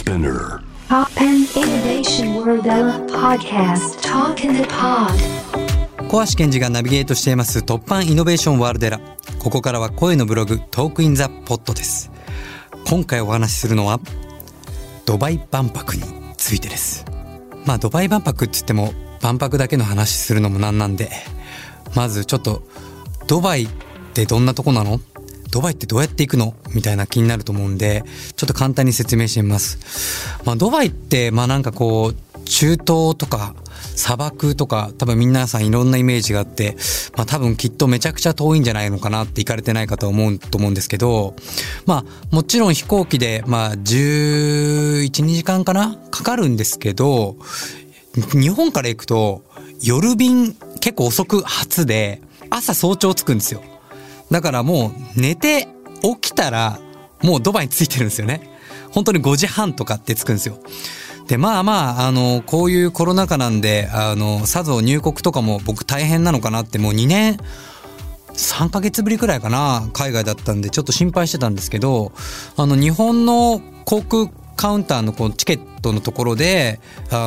Spinner Poppen Innovation World Podcast Talk in the Pod 小橋健二がナビゲートしています突破イノベーションワールドエラ。ここからは声のブログトークインザポッドです。今回お話しするのはドバイ万博についてです。ドバイ万博って言っても万博だけの話するのもなんなんで、まずちょっとドバイってどんなとこなの、ドバイってどうやって行くのみたいな気になると思うんで、ちょっと簡単に説明してみます。ドバイってなんかこう中東とか砂漠とか多分皆さんいろんなイメージがあって、多分きっとめちゃくちゃ遠いんじゃないのかなって行かれてない方は思うと思うんですけど、もちろん飛行機で11、2時間かかるんですけど、日本から行くと夜便結構遅く発で朝早朝着くんですよ。だからもう寝て起きたらもうドバイに着いてるんですよね。本当に5時半とかって着くんですよ。でこういうコロナ禍なんでさぞ入国とかも僕大変なのかなって、もう2年3ヶ月ぶりくらいかな、海外だったんでちょっと心配してたんですけど、日本の航空カウンターのこうチケットのところで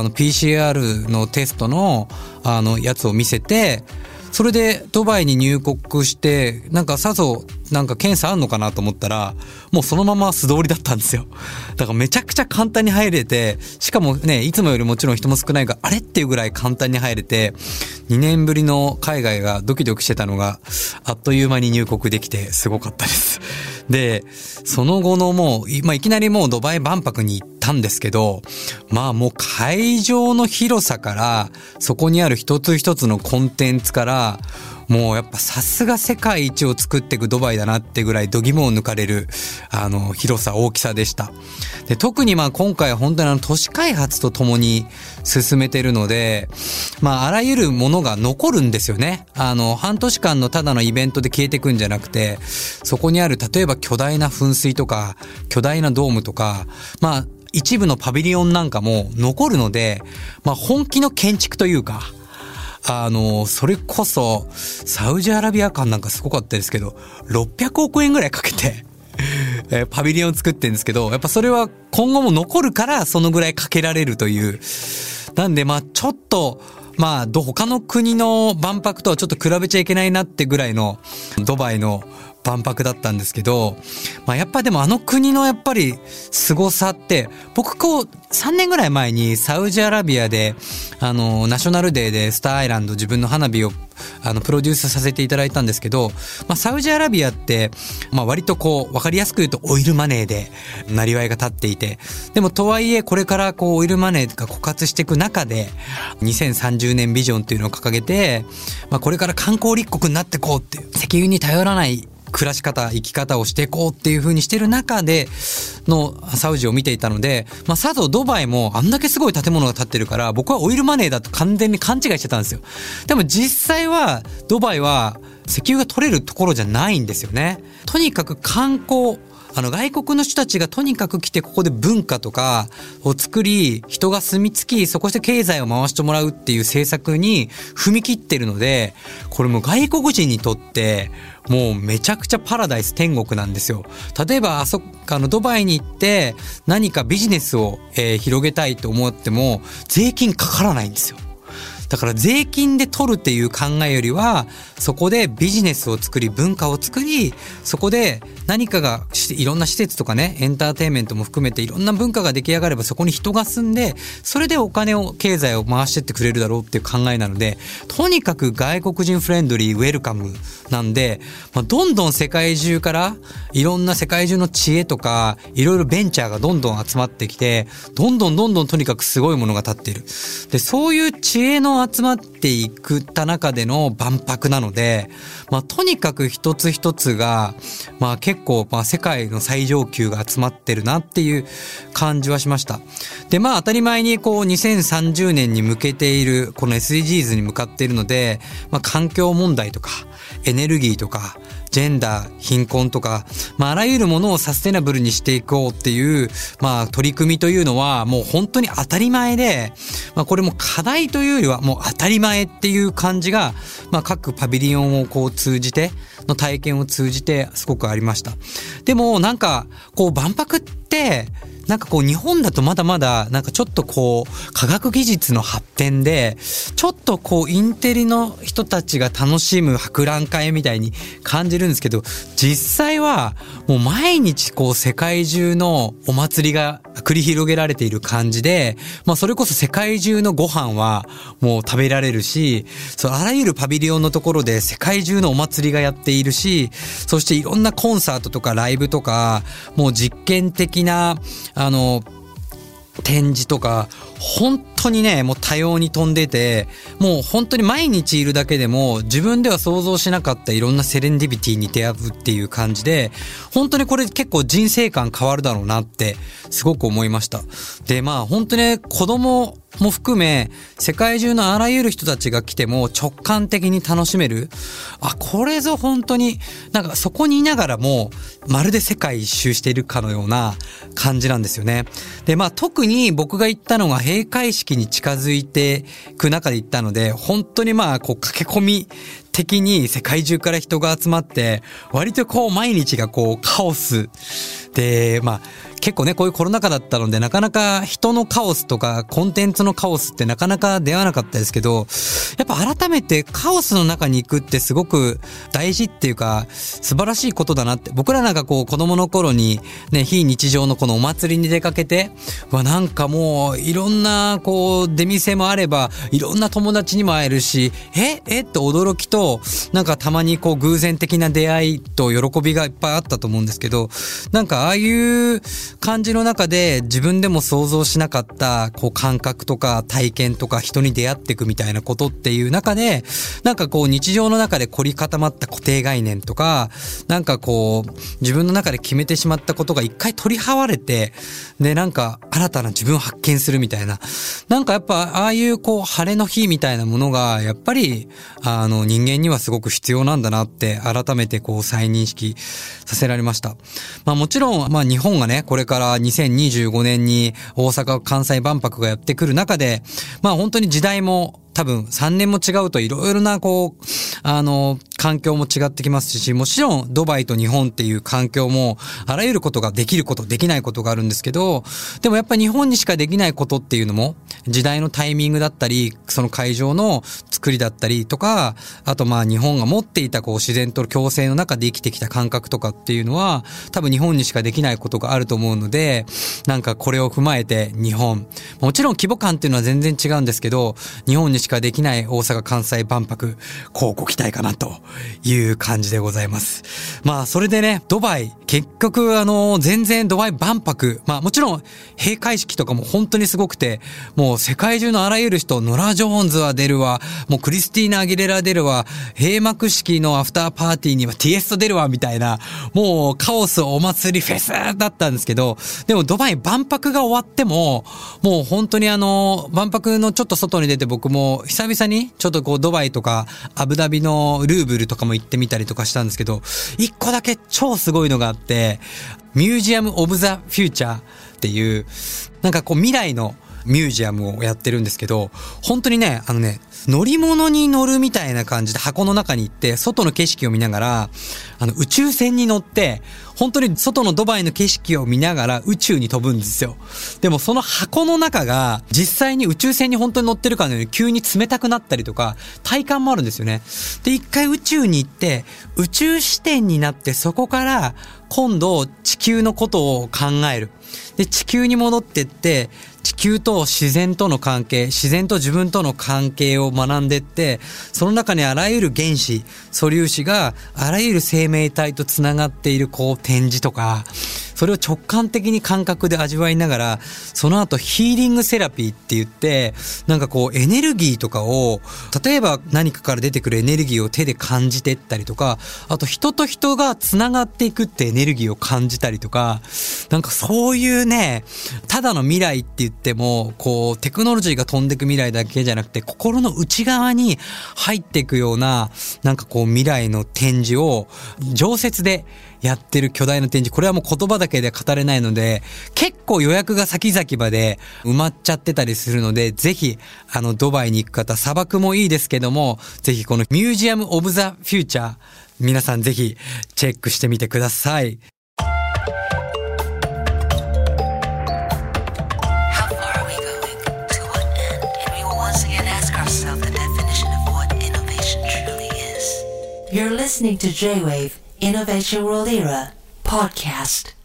PCR のテストのやつを見せて、それでドバイに入国して、さぞ検査あんのかなと思ったら、もうそのまま素通りだったんですよ。だからめちゃくちゃ簡単に入れて、しかもね、いつもよりもちろん人も少ないが、あれっていうぐらい簡単に入れて、2年ぶりの海外がドキドキしてたのが、あっという間に入国できてすごかったです。で、その後のもう、いきなりもうドバイ万博に行ったんですけど、もう会場の広さから、そこにある一つ一つのコンテンツから、もうやっぱさすが世界一を作っていくドバイだなってぐらい度肝を抜かれる広さ大きさでした。で、特に今回は本当に都市開発とともに進めてるので、あらゆるものが残るんですよね。半年間のただのイベントで消えていくんじゃなくて、そこにある例えば巨大な噴水とか巨大なドームとか、一部のパビリオンなんかも残るので、本気の建築というか、それこそサウジアラビア館なんかすごかったですけど、600億円ぐらいかけてパビリオン作ってるんですけど、やっぱそれは今後も残るからそのぐらいかけられるという。なんでちょっと他の国の万博とはちょっと比べちゃいけないなってぐらいのドバイの万博だったんですけど、やっぱでも国のやっぱり凄さって、僕3年ぐらい前にサウジアラビアでナショナルデーでスターアイランド自分の花火をプロデュースさせていただいたんですけど、サウジアラビアって割と分かりやすく言うとオイルマネーでなりわいが立っていて、でもとはいえこれからオイルマネーが枯渇していく中で2030年ビジョンっていうのを掲げて、これから観光立国になっていこうっていう、石油に頼らない暮らし方、生き方をしていこうっていう風にしてる中でのサウジを見ていたので、さぞドバイもあんだけすごい建物が建ってるから、僕はオイルマネーだと完全に勘違いしてたんですよ。でも実際はドバイは石油が取れるところじゃないんですよね。とにかく観光、外国の人たちがとにかく来てここで文化とかを作り、人が住み着き、そこして経済を回してもらうっていう政策に踏み切ってるので、これも外国人にとってもうめちゃくちゃパラダイス、天国なんですよ。例えばドバイに行って何かビジネスを、広げたいと思っても税金かからないんですよ。だから税金で取るっていう考えよりは、そこでビジネスを作り、文化を作り、そこで何かがいろんな施設とかね、エンターテインメントも含めていろんな文化が出来上がれば、そこに人が住んで、それでお金を、経済を回してってくれるだろうっていう考えなので、とにかく外国人フレンドリー、ウェルカムなんで、どんどん世界中からいろんな世界中の知恵とかいろいろベンチャーがどんどん集まってきて、どんどんとにかくすごいものが立っている。で、そういう知恵の集まっていくた中での万博なので、とにかく一つ一つが結構世界の最上級が集まってるなっていう感じはしました。で、当たり前に2030年に向けているこの SDGs に向かっているので、環境問題とかエネルギーとかジェンダー、貧困とか、あらゆるものをサステナブルにしていこうっていう、取り組みというのはもう本当に当たり前で、これも課題というよりはもう当たり前っていう感じが、各パビリオンを通じての体験を通じてすごくありました。でも万博ってなんかこう日本だとまだまだなんかちょっとこう科学技術の発展でちょっとこうインテリの人たちが楽しむ博覧会みたいに感じるんですけど、実際はもう毎日こう世界中のお祭りが繰り広げられている感じで、まあそれこそ世界中のご飯はもう食べられるし、あらゆるパビリオンのところで世界中のお祭りがやっているし、そしていろんなコンサートとかライブとか、もう実験的な展示とか本当にね、もう多様に飛んでて、もう本当に毎日いるだけでも自分では想像しなかったいろんなセレンディビティに出会うっていう感じで、本当にこれ結構人生観変わるだろうなってすごく思いました。で、まあ本当にね、子供も含め世界中のあらゆる人たちが来ても直感的に楽しめる。これぞ本当になんかそこにいながらもまるで世界一周しているかのような感じなんですよね。で、まあ特に僕が行ったのが閉会式に近づいていく中で行ったので、本当にまあこう駆け込み的に世界中から人が集まって、割とこう毎日がこうカオスで、まあ結構ね、こういうコロナ禍だったのでなかなか人のカオスとかコンテンツのカオスってなかなか出会わなかったですけど、やっぱ改めてカオスの中に行くってすごく大事っていうか素晴らしいことだなって。僕らなんかこう子供の頃にね、非日常のこのお祭りに出かけて、なんかもういろんなこう出店もあればいろんな友達にも会えるし、って驚きとなんかたまにこう偶然的な出会いと喜びがいっぱいあったと思うんですけど、なんかああいう感じの中で自分でも想像しなかったこう感覚とか体験とか人に出会っていくみたいなことっていう中で、なんかこう日常の中で凝り固まった固定概念とか、なんかこう自分の中で決めてしまったことが一回取り払われて、でなんか新たな自分を発見するみたいな、なんかやっぱああいうこう晴れの日みたいなものがやっぱり人間にはすごく必要なんだなって改めてこう再認識させられました。まあもちろんまあ日本がね、これから2025年に大阪・関西万博がやってくる中で、まあ本当に時代も多分3年も違うといろいろなこう環境も違ってきますし、もちろんドバイと日本っていう環境もあらゆることができることできないことがあるんですけど、でもやっぱり日本にしかできないことっていうのも時代のタイミングだったり、その会場の作りだったりとか、あとまあ日本が持っていたこう自然と共生の中で生きてきた感覚とかっていうのは多分日本にしかできないことがあると思うので、なんかこれを踏まえて日本、もちろん規模感っていうのは全然違うんですけど、日本にしかできない大阪・関西万博、こうご期待かなという感じでございます。まあそれでね、ドバイ結局全然ドバイ万博、まあもちろん閉会式とかも本当にすごくて、もう世界中のあらゆる人、ノラ・ジョーンズは出るわ、もうクリスティーナ・アギレラ出るわ、閉幕式のアフターパーティーにはティエスト出るわみたいな、もうカオスお祭りフェスだったんですけど、でもドバイ万博が終わっても、もう本当に万博のちょっと外に出て、僕も久々にちょっとこうドバイとかアブダビのルーブルとかも行ってみたりとかしたんですけど、一個だけ超すごいのがあって、ミュージアム・オブ・ザ・フューチャーっていう、なんかこう未来のミュージアムをやってるんですけど、本当にね、乗り物に乗るみたいな感じで箱の中に行って、外の景色を見ながら、宇宙船に乗って、本当に外のドバイの景色を見ながら宇宙に飛ぶんですよ。でもその箱の中が実際に宇宙船に本当に乗ってるかのように急に冷たくなったりとか、体感もあるんですよね。で、一回宇宙に行って、宇宙視点になって、そこから今度地球のことを考える。で、地球に戻ってって、地球と自然との関係、自然と自分との関係を学んでって、その中にあらゆる原子、素粒子があらゆる生命体とつながっているこう展示とか、それを直感的に感覚で味わいながら、その後ヒーリングセラピーって言って、なんかこうエネルギーとかを、例えば何かから出てくるエネルギーを手で感じてったりとか、あと人と人がつながっていくってエネルギーを感じたりとか、なんかそういうね、ただの未来って言っても、こうテクノロジーが飛んでいく未来だけじゃなくて、心の内側に入っていくような、なんかこう未来の展示を常設でやってる巨大な展示、これはもう言葉だけで語れないので、結構予約が先々まで埋まっちゃってたりするので、ぜひドバイに行く方、砂漠もいいですけども、ぜひこのミュージアム・オブ・ザ・フューチャー、皆さんぜひチェックしてみてください。 You're listening to J-Wave Innovation World Era podcast.